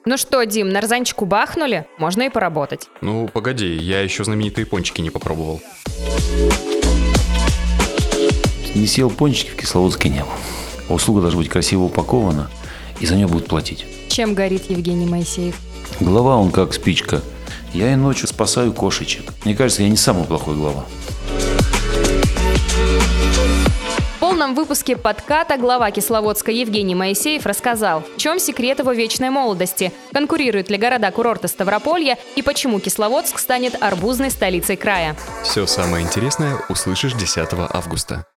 Ну что, Дим, нарзанчику бахнули? Можно и поработать. Ну, погоди, я еще знаменитые пончики не попробовал. Не съел пончики, в Кисловодске не был. А услуга должна быть красиво упакована, и за нее будут платить. Чем горит Евгений Моисеев? Глава он как спичка. Я и ночью спасаю кошечек. Мне кажется, я не самый плохой глава. В полном выпуске подката глава Кисловодска Евгений Моисеев рассказал, в чем секрет его вечной молодости, конкурируют ли города-курорты Ставрополья и почему Кисловодск станет арбузной столицей края. Все самое интересное услышишь 10 августа.